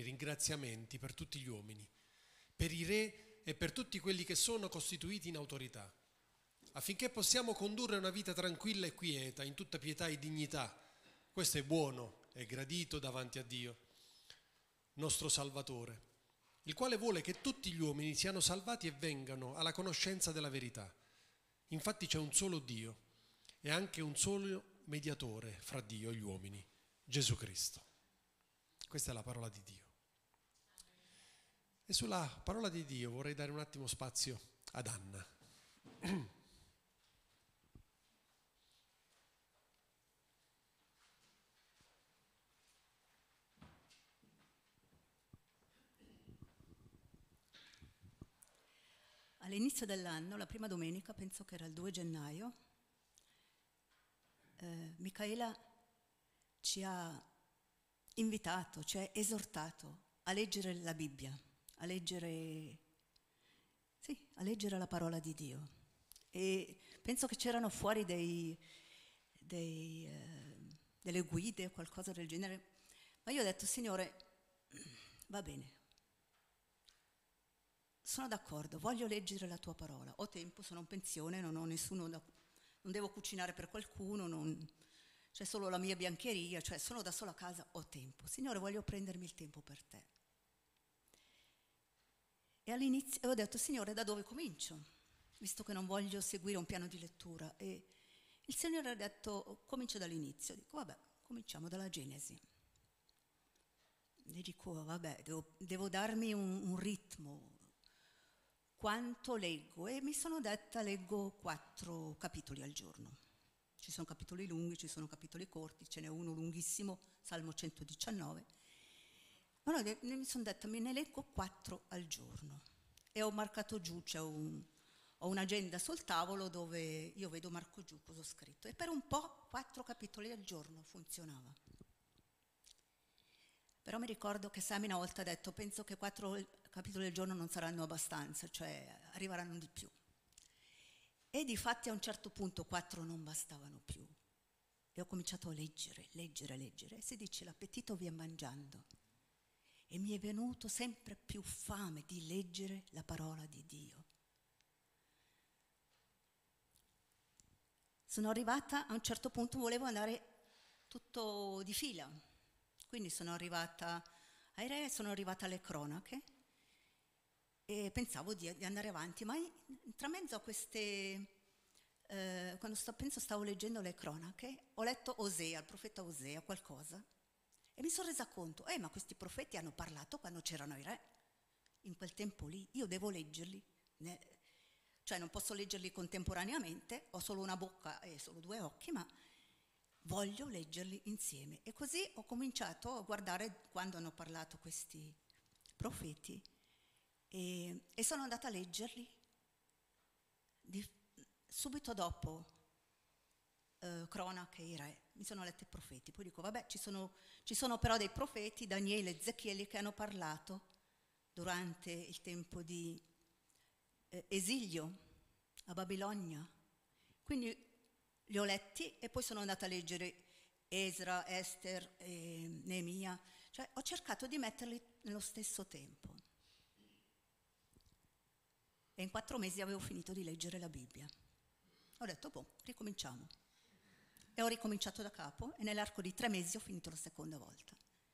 ringraziamenti per tutti gli uomini, per i re e per tutti quelli che sono costituiti in autorità, affinché possiamo condurre una vita tranquilla e quieta, in tutta pietà e dignità. Questo è buono e gradito davanti a Dio, nostro Salvatore, il quale vuole che tutti gli uomini siano salvati e vengano alla conoscenza della verità. Infatti c'è un solo Dio e anche un solo mediatore fra Dio e gli uomini, Gesù Cristo. Questa è la parola di Dio. E sulla parola di Dio vorrei dare un attimo spazio ad Anna. All'inizio dell'anno, la prima domenica, penso che era il 2 gennaio, Micaela ci ha invitato, ci ha esortato a leggere la Bibbia, a leggere la parola di Dio. E penso che c'erano fuori delle guide o qualcosa del genere, ma io ho detto: Signore, va bene, sono d'accordo, voglio leggere la tua parola, ho tempo, sono in pensione, non ho nessuno non devo cucinare per qualcuno, c'è solo la mia biancheria, cioè sono da sola a casa, ho tempo. Signore, voglio prendermi il tempo per te. E all'inizio ho detto: Signore, da dove comincio? Visto che non voglio seguire un piano di lettura. E il Signore ha detto: comincio dall'inizio. Dico: vabbè, cominciamo dalla Genesi. E dico: vabbè, devo darmi un ritmo. Quanto leggo? E mi sono detta: leggo 4 capitoli al giorno. Ci sono capitoli lunghi, ci sono capitoli corti, ce n'è uno lunghissimo, Salmo 119. Ma no, mi sono detta: me ne leggo 4 al giorno. E ho marcato giù, ho un'agenda sul tavolo dove io vedo, marco giù cosa ho scritto. E per un po' 4 capitoli al giorno funzionava. Però mi ricordo che Sami una volta ha detto: penso che 4 capitoli al giorno non saranno abbastanza, cioè arriveranno di più. E difatti a un certo punto 4 non bastavano più. E ho cominciato a leggere. E si dice: l'appetito vien mangiando. E mi è venuto sempre più fame di leggere la parola di Dio. Sono arrivata a un certo punto, volevo andare tutto di fila. Quindi sono arrivata ai re, sono arrivata alle cronache e pensavo di andare avanti, ma tra mezzo a queste, quando stavo leggendo le cronache, ho letto Osea, il profeta Osea, qualcosa, e mi sono resa conto: ma questi profeti hanno parlato quando c'erano i re, in quel tempo lì, io devo leggerli, cioè non posso leggerli contemporaneamente, ho solo una bocca e solo 2 occhi, ma voglio leggerli insieme. E così ho cominciato a guardare quando hanno parlato questi profeti e sono andata a leggerli. Subito dopo cronache, i re, mi sono letti i profeti. Poi dico: vabbè, ci sono però dei profeti, Daniele e Ezechiele, che hanno parlato durante il tempo di esilio a Babilonia. Quindi li ho letti e poi sono andata a leggere Esra, Ester, Neemia, cioè ho cercato di metterli nello stesso tempo. E in 4 mesi avevo finito di leggere la Bibbia. Ho detto: ricominciamo. E ho ricominciato da capo e nell'arco di 3 mesi ho finito la seconda volta.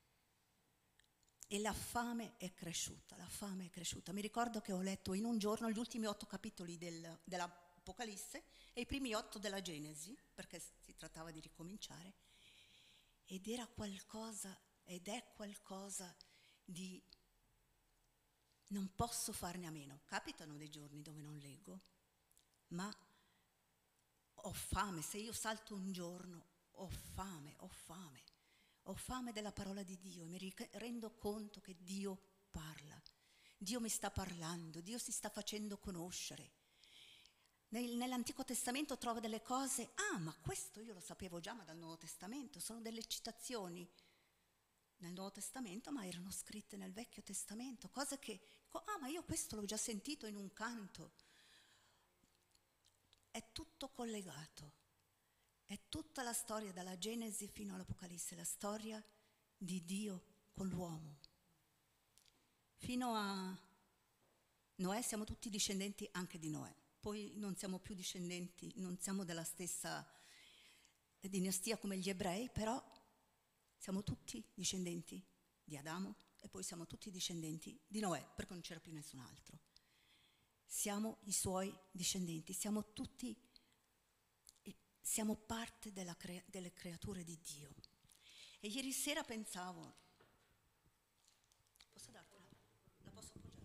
E la fame è cresciuta. Mi ricordo che ho letto in un giorno gli ultimi 8 capitoli dell'Apocalisse e i primi 8 della Genesi, perché si trattava di ricominciare, ed è qualcosa di non posso farne a meno. Capitano dei giorni dove non leggo, ma ho fame. Se io salto un giorno, ho fame della parola di Dio, e mi rendo conto che Dio parla, Dio mi sta parlando, Dio si sta facendo conoscere. Nell'Antico Testamento trovo delle cose: ma questo io lo sapevo già, ma dal Nuovo Testamento sono delle citazioni nel Nuovo Testamento, ma erano scritte nel Vecchio Testamento, cose che ma io questo l'ho già sentito in un canto. È tutto collegato, è tutta la storia dalla Genesi fino all'Apocalisse, la storia di Dio con l'uomo. fino a Noè siamo tutti discendenti anche di Noè. Poi non siamo più discendenti, non siamo della stessa dinastia come gli ebrei, però siamo tutti discendenti di Adamo e poi siamo tutti discendenti di Noè, perché non c'era più nessun altro. Siamo i suoi discendenti, siamo parte delle creature di Dio. E ieri sera pensavo, posso dartela? La posso appoggiare?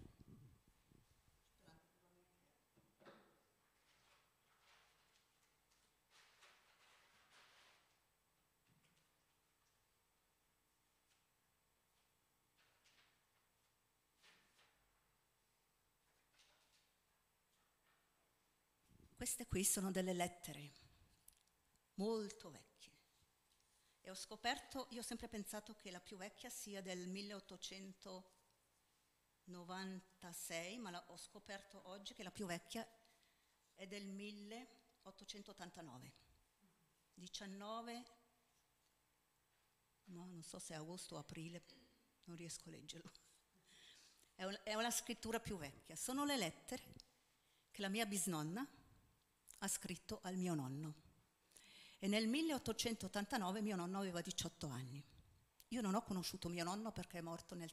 Queste qui sono delle lettere molto vecchie e ho scoperto, io ho sempre pensato che la più vecchia sia del 1896, ma ho scoperto oggi che la più vecchia è del 1889, 19, no, non so se è agosto o aprile, non riesco a leggerlo. È una scrittura più vecchia, sono le lettere che la mia bisnonna ha scritto al mio nonno. E nel 1889 mio nonno aveva 18 anni. Io non ho conosciuto mio nonno perché è morto nel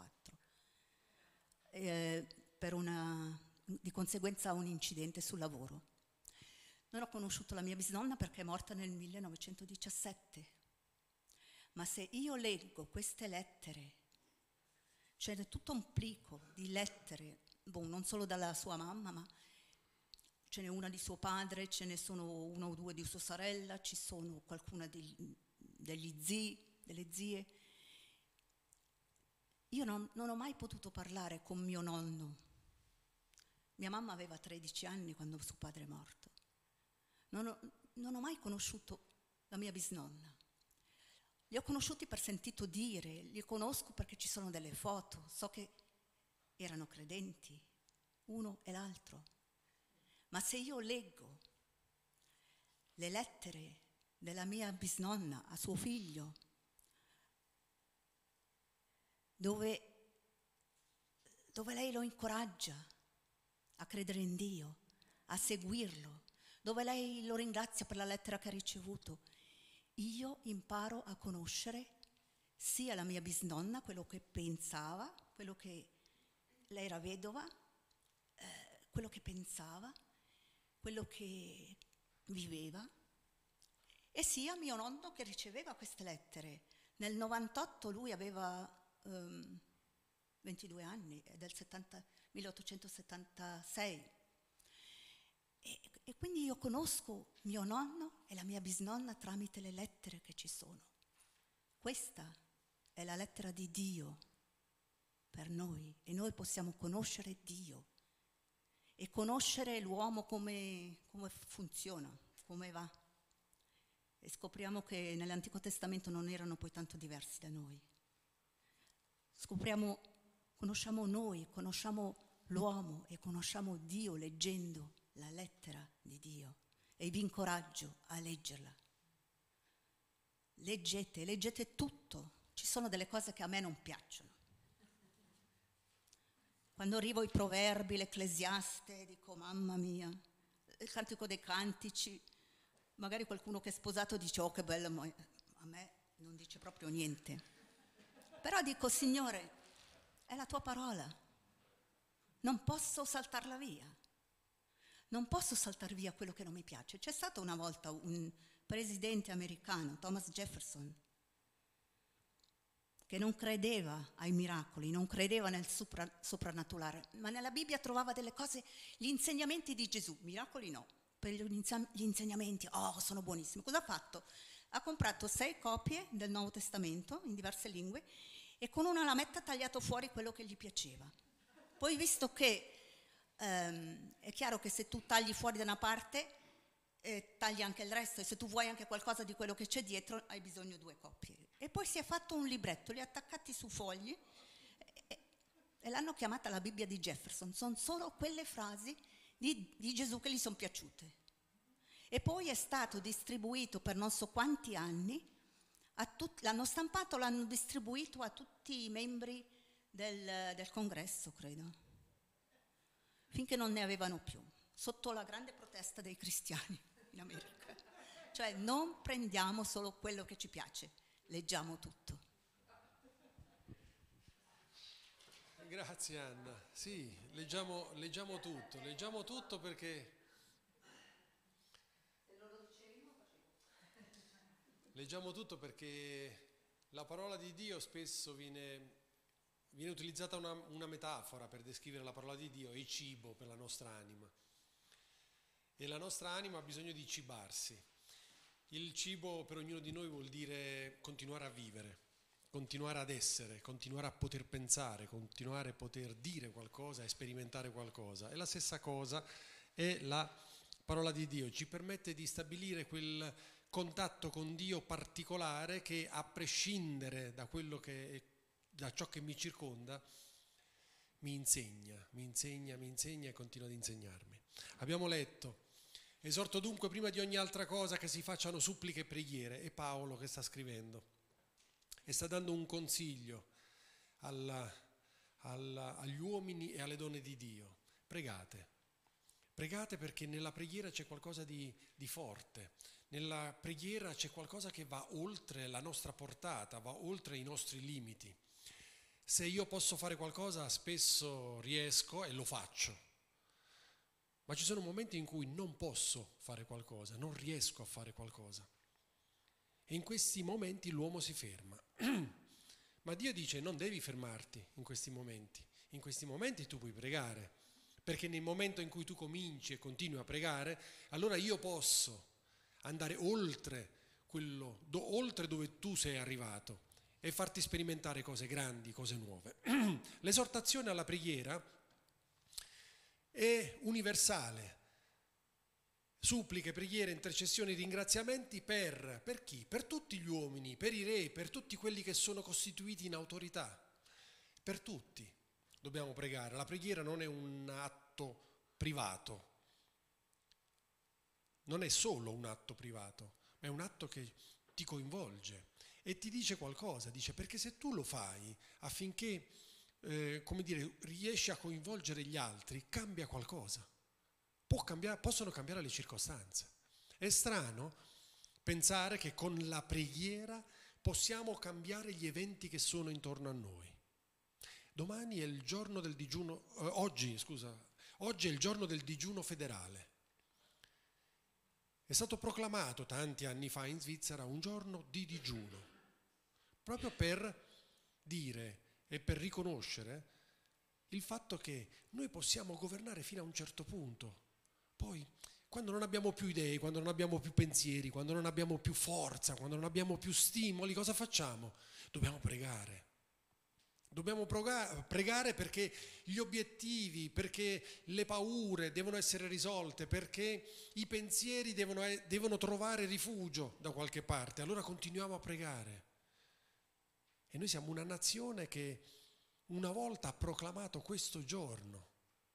1934, di conseguenza un incidente sul lavoro. Non ho conosciuto la mia bisnonna perché è morta nel 1917. Ma se io leggo queste lettere, c'è tutto un plico di lettere, non solo dalla sua mamma, ma ce n'è una di suo padre, ce ne sono una o due di sua sorella, ci sono qualcuna degli zii, delle zie. Io non ho mai potuto parlare con mio nonno. Mia mamma aveva 13 anni quando suo padre è morto. Non ho mai conosciuto la mia bisnonna. Li ho conosciuti per sentito dire, li conosco perché ci sono delle foto, so che erano credenti, uno e l'altro. Ma se io leggo le lettere della mia bisnonna a suo figlio, dove lei lo incoraggia a credere in Dio, a seguirlo, dove lei lo ringrazia per la lettera che ha ricevuto, io imparo a conoscere sia la mia bisnonna, quello che pensava, quello che lei era vedova, quello che pensava, quello che viveva, e sia mio nonno che riceveva queste lettere. Nel 98 lui aveva 22 anni, è del 1876. E quindi io conosco mio nonno e la mia bisnonna tramite le lettere che ci sono. Questa è la lettera di Dio per noi e noi possiamo conoscere Dio e conoscere l'uomo come funziona, come va. E scopriamo che nell'Antico Testamento non erano poi tanto diversi da noi. Conosciamo noi, conosciamo l'uomo e conosciamo Dio leggendo la lettera di Dio. E vi incoraggio a leggerla. Leggete tutto. Ci sono delle cose che a me non piacciono. Quando arrivo ai Proverbi, l'Ecclesiaste, dico mamma mia, il Cantico dei Cantici, magari qualcuno che è sposato dice oh che bello, ma a me non dice proprio niente. Però dico Signore, è la tua parola, non posso saltarla via, non posso saltar via quello che non mi piace. C'è stato una volta un presidente americano, Thomas Jefferson, che non credeva ai miracoli, non credeva nel soprannaturale, ma nella Bibbia trovava delle cose, gli insegnamenti di Gesù, miracoli no, per gli insegnamenti, sono buonissimi. Cosa ha fatto? Ha comprato 6 copie del Nuovo Testamento in diverse lingue e con una lametta ha tagliato fuori quello che gli piaceva. Poi visto che è chiaro che se tu tagli fuori da una parte, tagli anche il resto, e se tu vuoi anche qualcosa di quello che c'è dietro hai bisogno di 2 copie. E poi si è fatto un libretto, li ha attaccati su fogli e l'hanno chiamata la Bibbia di Jefferson. Sono solo quelle frasi di Gesù che gli sono piaciute. E poi è stato distribuito per non so quanti anni, l'hanno stampato, l'hanno distribuito a tutti i membri del congresso, credo, finché non ne avevano più, sotto la grande protesta dei cristiani in America. Cioè non prendiamo solo quello che ci piace, leggiamo tutto. Grazie Anna, sì, leggiamo tutto perché la parola di Dio spesso viene utilizzata una metafora per descrivere la parola di Dio, è il cibo per la nostra anima. E la nostra anima ha bisogno di cibarsi. Il cibo per ognuno di noi vuol dire continuare a vivere, continuare ad essere, continuare a poter pensare, continuare a poter dire qualcosa e sperimentare qualcosa. E la stessa cosa è la parola di Dio, ci permette di stabilire quel contatto con Dio particolare che, a prescindere da da ciò che mi circonda, mi insegna e continua ad insegnarmi. Abbiamo letto: esorto dunque prima di ogni altra cosa che si facciano suppliche e preghiere. È Paolo che sta scrivendo e sta dando un consiglio agli uomini e alle donne di Dio. Pregate perché nella preghiera c'è qualcosa di forte, nella preghiera c'è qualcosa che va oltre la nostra portata, va oltre i nostri limiti. Se io posso fare qualcosa, spesso riesco e lo faccio, ma ci sono momenti in cui non posso fare qualcosa, non riesco a fare qualcosa. E in questi momenti l'uomo si ferma. Ma Dio dice: non devi fermarti in questi momenti tu puoi pregare, perché nel momento in cui tu cominci e continui a pregare, allora io posso andare oltre dove tu sei arrivato e farti sperimentare cose grandi, cose nuove. L'esortazione alla preghiera è universale. Suppliche, preghiere, intercessioni, ringraziamenti per chi? Per tutti gli uomini, per i re, per tutti quelli che sono costituiti in autorità. Per tutti dobbiamo pregare. La preghiera non è un atto privato, non è solo un atto privato, ma è un atto che ti coinvolge e ti dice qualcosa. Dice: perché se tu lo fai affinché riesci a coinvolgere gli altri, cambia qualcosa. Possono cambiare le circostanze. È strano pensare che con la preghiera possiamo cambiare gli eventi che sono intorno a noi. Domani è il giorno del digiuno, oggi è il giorno del digiuno federale. È stato proclamato tanti anni fa in Svizzera un giorno di digiuno, proprio per dire e per riconoscere il fatto che noi possiamo governare fino a un certo punto. Poi, quando non abbiamo più idee, quando non abbiamo più pensieri, quando non abbiamo più forza, quando non abbiamo più stimoli, cosa facciamo? Dobbiamo pregare. Dobbiamo pregare perché gli obiettivi, perché le paure devono essere risolte, perché i pensieri devono trovare rifugio da qualche parte. Allora continuiamo a pregare. E noi siamo una nazione che una volta ha proclamato questo giorno.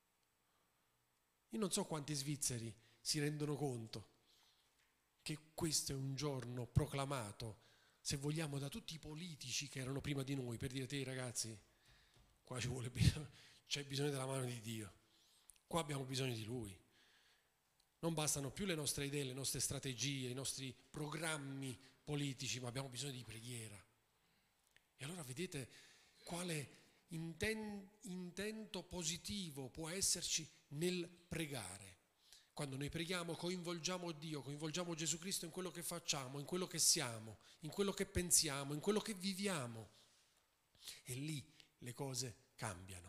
Io non so quanti svizzeri si rendono conto che questo è un giorno proclamato, se vogliamo, da tutti i politici che erano prima di noi, per dire: te ragazzi, qua c'è bisogno della mano di Dio, qua abbiamo bisogno di Lui. Non bastano più le nostre idee, le nostre strategie, i nostri programmi politici, ma abbiamo bisogno di preghiera. E allora vedete quale intento positivo può esserci nel pregare. Quando noi preghiamo coinvolgiamo Dio, coinvolgiamo Gesù Cristo in quello che facciamo, in quello che siamo, in quello che pensiamo, in quello che viviamo. E lì le cose cambiano.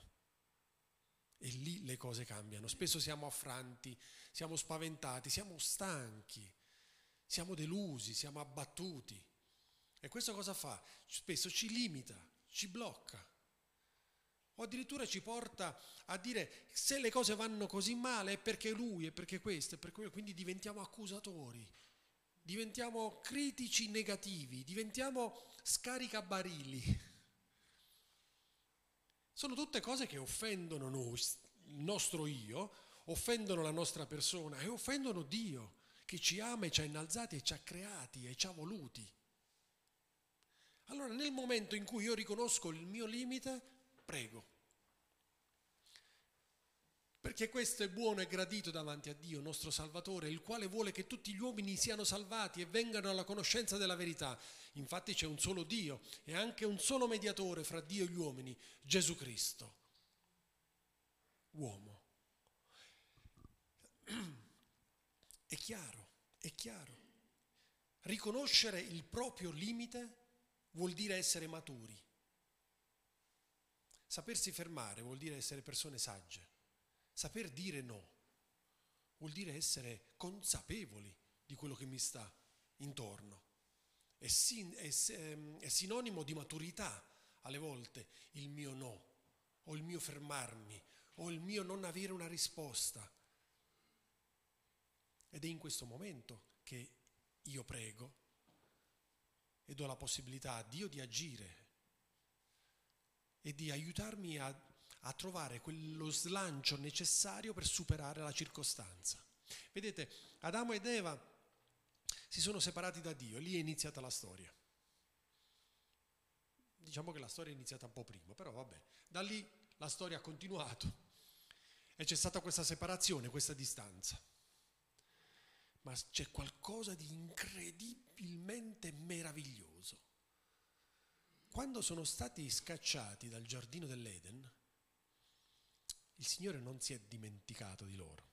Spesso siamo affranti, siamo spaventati, siamo stanchi, siamo delusi, siamo abbattuti. E questo cosa fa? Spesso ci limita, ci blocca. O addirittura ci porta a dire: se le cose vanno così male è perché lui, è perché questo, è per quello. Quindi diventiamo accusatori, diventiamo critici negativi, diventiamo scaricabarili. Sono tutte cose che offendono noi, il nostro io, offendono la nostra persona e offendono Dio, che ci ama e ci ha innalzati e ci ha creati e ci ha voluti. Allora, nel momento in cui io riconosco il mio limite, prego. Perché questo è buono e gradito davanti a Dio, nostro Salvatore, il quale vuole che tutti gli uomini siano salvati e vengano alla conoscenza della verità. Infatti c'è un solo Dio e anche un solo mediatore fra Dio e gli uomini, Gesù Cristo, uomo. È chiaro, è chiaro. Riconoscere il proprio limite vuol dire essere maturi. Sapersi fermare vuol dire essere persone sagge. Saper dire no vuol dire essere consapevoli di quello che mi sta intorno. È sinonimo di maturità alle volte il mio no, o il mio fermarmi, o il mio non avere una risposta. Ed è in questo momento che io prego e do la possibilità a Dio di agire e di aiutarmi a trovare quello slancio necessario per superare la circostanza. Vedete, Adamo ed Eva si sono separati da Dio e lì è iniziata la storia. Diciamo che la storia è iniziata un po' prima, però vabbè, da lì la storia ha continuato e c'è stata questa separazione, questa distanza. Ma c'è qualcosa di incredibilmente meraviglioso. Quando sono stati scacciati dal giardino dell'Eden, il Signore non si è dimenticato di loro.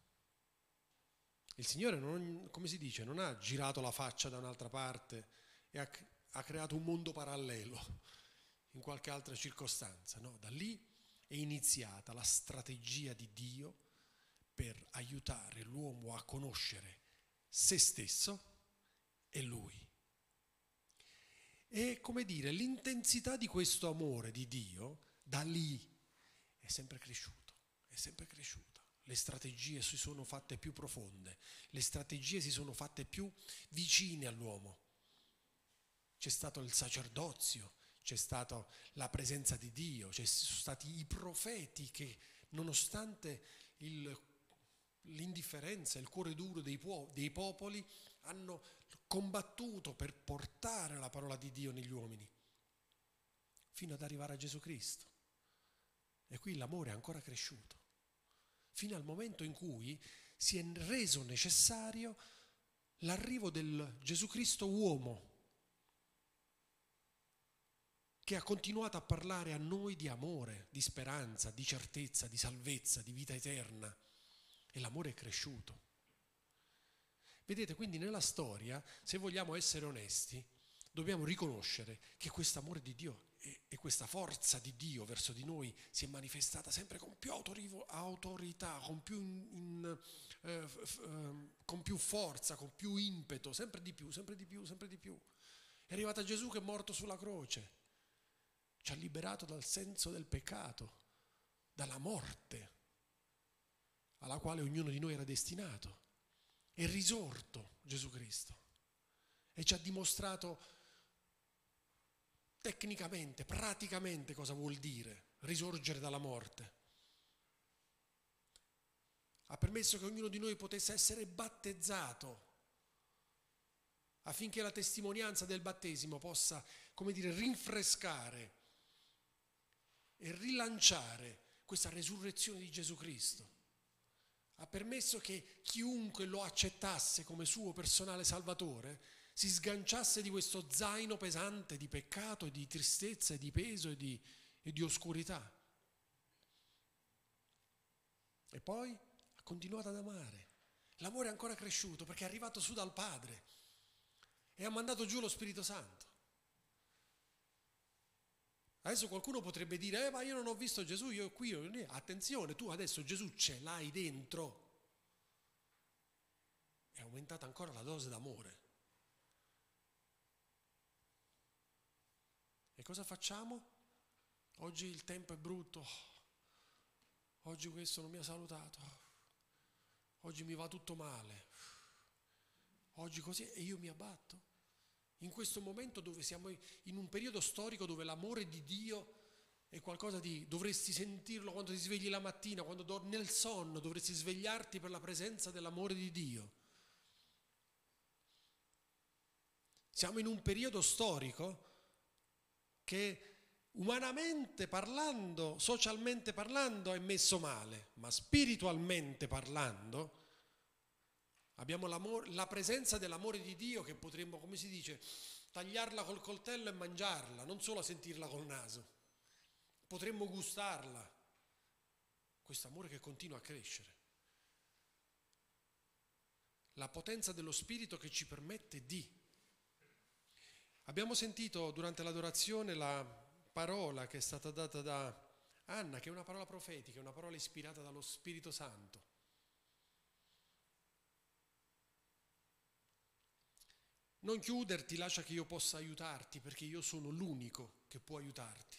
Il Signore non, come si dice, non ha girato la faccia da un'altra parte e ha creato un mondo parallelo in qualche altra circostanza. No, da lì è iniziata la strategia di Dio per aiutare l'uomo a conoscere se stesso e Lui. E come dire, l'intensità di questo amore di Dio da lì è sempre cresciuta, è sempre cresciuta. Le strategie si sono fatte più profonde, le strategie si sono fatte più vicine all'uomo. C'è stato il sacerdozio, c'è stata la presenza di Dio, ci sono stati i profeti che nonostante l'indifferenza, il cuore duro dei popoli hanno combattuto per portare la parola di Dio negli uomini fino ad arrivare a Gesù Cristo. E qui l'amore è ancora cresciuto, fino al momento in cui si è reso necessario l'arrivo del Gesù Cristo uomo, che ha continuato a parlare a noi di amore, di speranza, di certezza, di salvezza, di vita eterna. E l'amore è cresciuto. Vedete, quindi nella storia, se vogliamo essere onesti, dobbiamo riconoscere che questo amore di Dio e questa forza di Dio verso di noi si è manifestata sempre con più autorità, con più forza, con più impeto, sempre di più, sempre di più, sempre di più. È arrivato Gesù che è morto sulla croce, ci ha liberato dal senso del peccato, dalla morte alla quale ognuno di noi era destinato. È risorto Gesù Cristo e ci ha dimostrato tecnicamente, praticamente cosa vuol dire risorgere dalla morte. Ha permesso che ognuno di noi potesse essere battezzato affinché la testimonianza del battesimo possa, come dire, rinfrescare e rilanciare questa resurrezione di Gesù Cristo. Ha permesso che chiunque lo accettasse come suo personale salvatore si sganciasse di questo zaino pesante di peccato, di tristezza, di peso e di oscurità. E poi ha continuato ad amare. L'amore è ancora cresciuto perché è arrivato su dal Padre e ha mandato giù lo Spirito Santo. Adesso qualcuno potrebbe dire, ma io non ho visto Gesù, io qui, io lì. Attenzione, tu adesso Gesù ce l'hai dentro. È aumentata ancora la dose d'amore. E cosa facciamo? Oggi il tempo è brutto, oggi questo non mi ha salutato, oggi mi va tutto male, oggi così e io mi abbatto. In questo momento dove siamo in un periodo storico dove l'amore di Dio è qualcosa di, dovresti sentirlo quando ti svegli la mattina, quando dormi nel sonno, dovresti svegliarti per la presenza dell'amore di Dio. Siamo in un periodo storico che umanamente parlando, socialmente parlando è messo male, ma spiritualmente parlando abbiamo la presenza dell'amore di Dio che potremmo, come si dice, tagliarla col coltello e mangiarla, non solo sentirla col naso. Potremmo gustarla, questo amore che continua a crescere. La potenza dello Spirito che ci permette di. Abbiamo sentito durante l'adorazione la parola che è stata data da Anna, che è una parola profetica, una parola ispirata dallo Spirito Santo. Non chiuderti, lascia che io possa aiutarti, perché io sono l'unico che può aiutarti.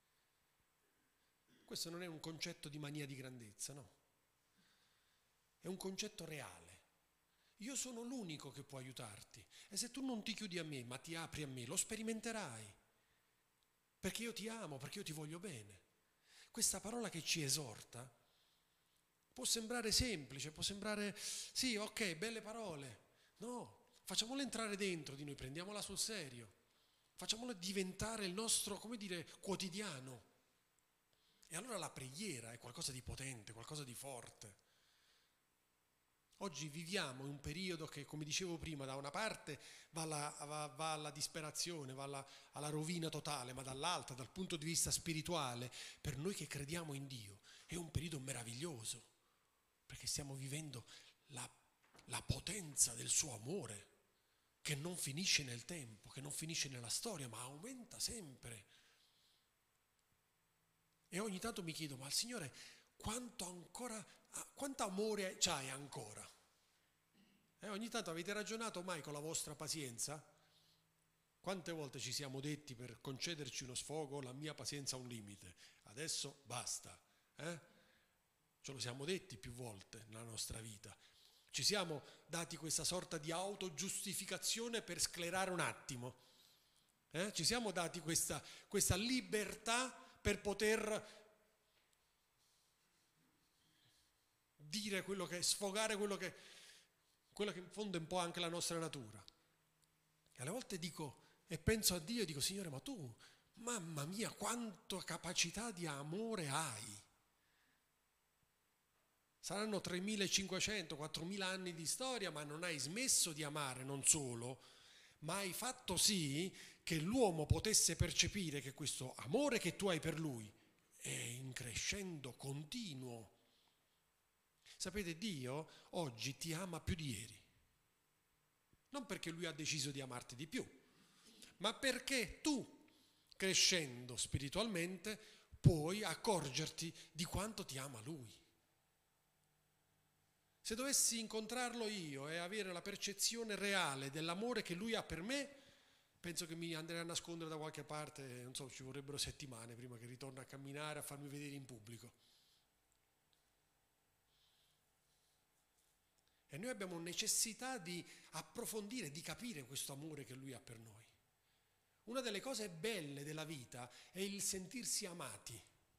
Questo non è un concetto di mania di grandezza, no. È un concetto reale. Io sono l'unico che può aiutarti. E se tu non ti chiudi a me, ma ti apri a me, lo sperimenterai. Perché io ti amo, perché io ti voglio bene. Questa parola che ci esorta può sembrare semplice, può sembrare, sì, ok, belle parole. No, facciamola entrare dentro di noi, prendiamola sul serio. Facciamola diventare il nostro, come dire, quotidiano. E allora la preghiera è qualcosa di potente, qualcosa di forte. Oggi viviamo in un periodo che, come dicevo prima, da una parte va alla disperazione, va alla rovina totale, ma dall'altra, dal punto di vista spirituale, per noi che crediamo in Dio, è un periodo meraviglioso, perché stiamo vivendo la potenza del suo amore, che non finisce nel tempo, che non finisce nella storia, ma aumenta sempre. E ogni tanto mi chiedo, ma il Signore quanto amore c'hai ancora? Ogni tanto avete ragionato mai con la vostra pazienza? Quante volte ci siamo detti per concederci uno sfogo, la mia pazienza ha un limite, adesso basta. Ce lo siamo detti più volte nella nostra vita. Ci siamo dati questa sorta di autogiustificazione per sclerare un attimo. Ci siamo dati questa libertà per poter dire sfogare quello che in fondo è un po' anche la nostra natura. E alle volte dico, e penso a Dio e dico, Signore, ma tu, mamma mia, quanta capacità di amore hai. Saranno 3.500, 4.000 anni di storia, ma non hai smesso di amare, non solo, ma hai fatto sì che l'uomo potesse percepire che questo amore che tu hai per lui è in crescendo continuo. Sapete, Dio oggi ti ama più di ieri. Non perché Lui ha deciso di amarti di più, ma perché tu, crescendo spiritualmente, puoi accorgerti di quanto ti ama Lui. Se dovessi incontrarlo io e avere la percezione reale dell'amore che Lui ha per me, penso che mi andrei a nascondere da qualche parte, non so, ci vorrebbero settimane prima che ritorno a camminare, a farmi vedere in pubblico. E noi abbiamo necessità di approfondire, di capire questo amore che Lui ha per noi. Una delle cose belle della vita è il sentirsi amati.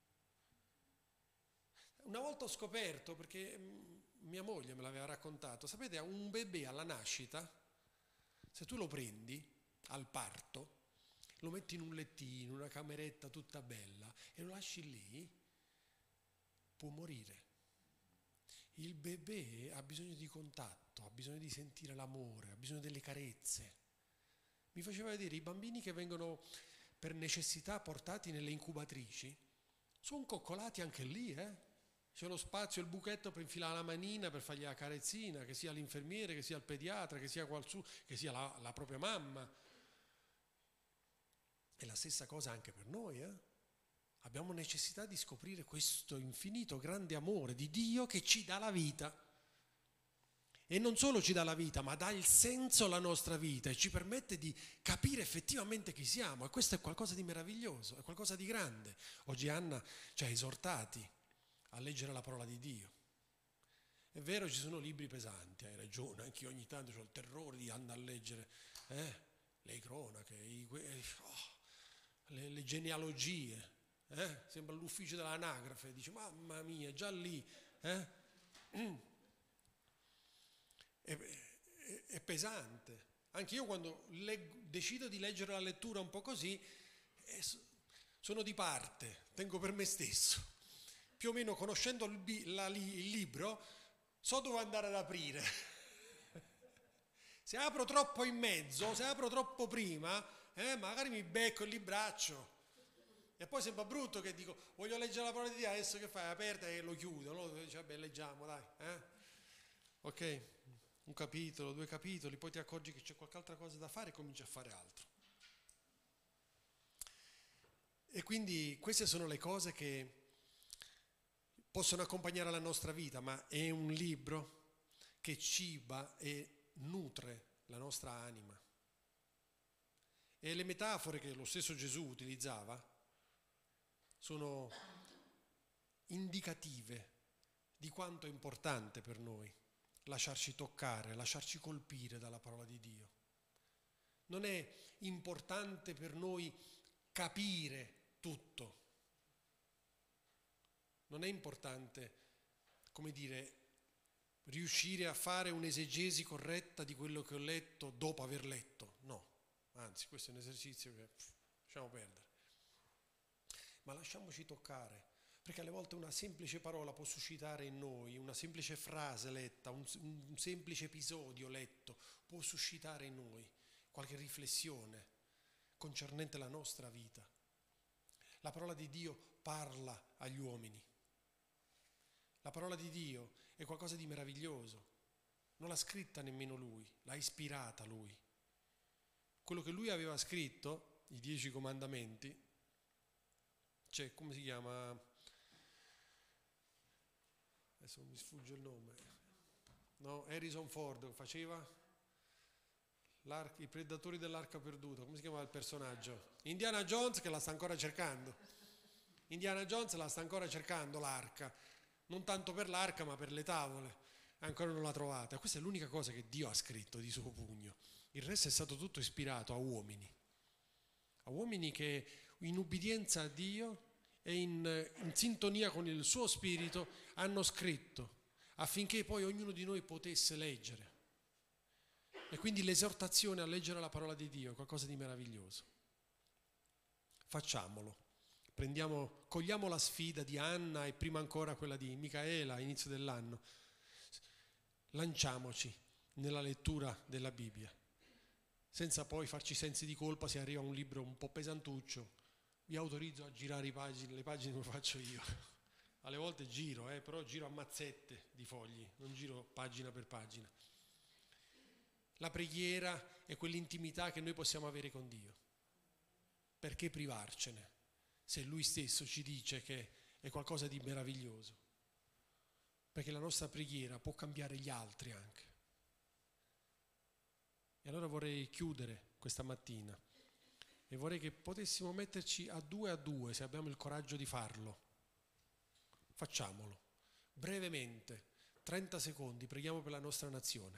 Una volta ho scoperto, perché mia moglie me l'aveva raccontato, sapete, un bebè alla nascita, se tu lo prendi al parto, lo metti in un lettino, una cameretta tutta bella e lo lasci lì, può morire. Il bebè ha bisogno di contatto, ha bisogno di sentire l'amore, ha bisogno delle carezze. Mi faceva vedere i bambini che vengono per necessità portati nelle incubatrici, sono coccolati anche lì, C'è lo spazio, il buchetto per infilare la manina, per fargli la carezzina, che sia l'infermiere, che sia il pediatra, che sia che sia la propria mamma. È la stessa cosa anche per noi, Abbiamo necessità di scoprire questo infinito grande amore di Dio che ci dà la vita. E non solo ci dà la vita, ma dà il senso alla nostra vita e ci permette di capire effettivamente chi siamo. E questo è qualcosa di meraviglioso, è qualcosa di grande. Oggi Anna ci ha esortati a leggere la parola di Dio. È vero, ci sono libri pesanti, hai ragione, anche io ogni tanto ho il terrore di andare a leggere le cronache, le genealogie. Sembra l'ufficio dell'anagrafe, dice mamma mia, già lì è pesante. Anche io quando decido di leggere la lettura un po' così, sono di parte, tengo per me stesso. Più o meno conoscendo il libro, so dove andare ad aprire. Se apro troppo in mezzo, se apro troppo prima, magari mi becco il libraccio. E poi sembra brutto che dico, voglio leggere la parola di Dio, adesso che fai? Aperta e lo chiudo. Allora dice, vabbè, leggiamo, dai. Ok, un capitolo, 2 capitoli, poi ti accorgi che c'è qualche altra cosa da fare e cominci a fare altro. E quindi queste sono le cose che possono accompagnare la nostra vita, ma è un libro che ciba e nutre la nostra anima. E le metafore che lo stesso Gesù utilizzava sono indicative di quanto è importante per noi lasciarci toccare, lasciarci colpire dalla parola di Dio. Non è importante per noi capire tutto. Non è importante, riuscire a fare un'esegesi corretta di quello che ho letto dopo aver letto. No, anzi, questo è un esercizio che lasciamo perdere. Ma lasciamoci toccare, perché alle volte una semplice parola può suscitare in noi, una semplice frase letta, un semplice episodio letto può suscitare in noi qualche riflessione concernente la nostra vita. La parola di Dio parla agli uomini. La parola di Dio è qualcosa di meraviglioso. Non l'ha scritta nemmeno lui, l'ha ispirata lui. Quello che lui aveva scritto, i 10 comandamenti, c'è, come si chiama? Adesso mi sfugge il nome. No, Harrison Ford faceva i predatori dell'arca perduta. Come si chiamava il personaggio? Indiana Jones, che la sta ancora cercando. Indiana Jones la sta ancora cercando l'arca. Non tanto per l'arca, ma per le tavole. Ancora non l'ha trovata. Questa è l'unica cosa che Dio ha scritto di suo pugno. Il resto è stato tutto ispirato a uomini che in ubbidienza a Dio e in sintonia con il suo spirito hanno scritto affinché poi ognuno di noi potesse leggere. E quindi l'esortazione a leggere la parola di Dio è qualcosa di meraviglioso. Facciamolo. Cogliamo la sfida di Anna e prima ancora quella di Micaela a inizio dell'anno. Lanciamoci nella lettura della Bibbia, senza poi farci sensi di colpa se arriva un libro un po' pesantuccio. Vi autorizzo a girare le pagine come faccio io. Alle volte giro, però giro a mazzette di fogli, non giro pagina per pagina. La preghiera è quell'intimità che noi possiamo avere con Dio. Perché privarcene? Se Lui stesso ci dice che è qualcosa di meraviglioso. Perché la nostra preghiera può cambiare gli altri anche. E allora vorrei chiudere questa mattina e vorrei che potessimo metterci a due, se abbiamo il coraggio di farlo. Facciamolo. Brevemente, 30 secondi, preghiamo per la nostra nazione.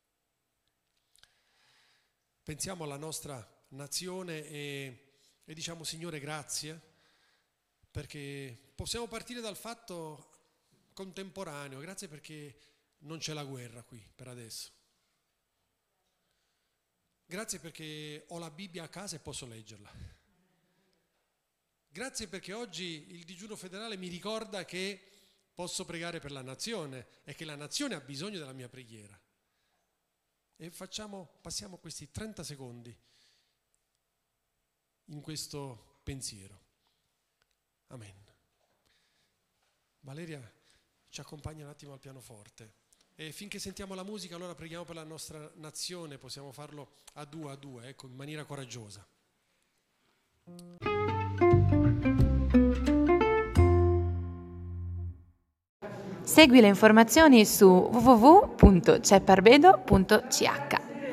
Pensiamo alla nostra nazione e diciamo: Signore, grazie, perché possiamo partire dal fatto contemporaneo. Grazie perché non c'è la guerra qui per adesso. Grazie perché ho la Bibbia a casa e posso leggerla. Grazie perché oggi il digiuno federale mi ricorda che posso pregare per la nazione e che la nazione ha bisogno della mia preghiera. E passiamo questi 30 secondi in questo pensiero. Amen. Valeria ci accompagna un attimo al pianoforte. E finché sentiamo la musica, allora preghiamo per la nostra nazione, possiamo farlo a due, ecco, in maniera coraggiosa. Segui le informazioni su www.cepparbedo.ch.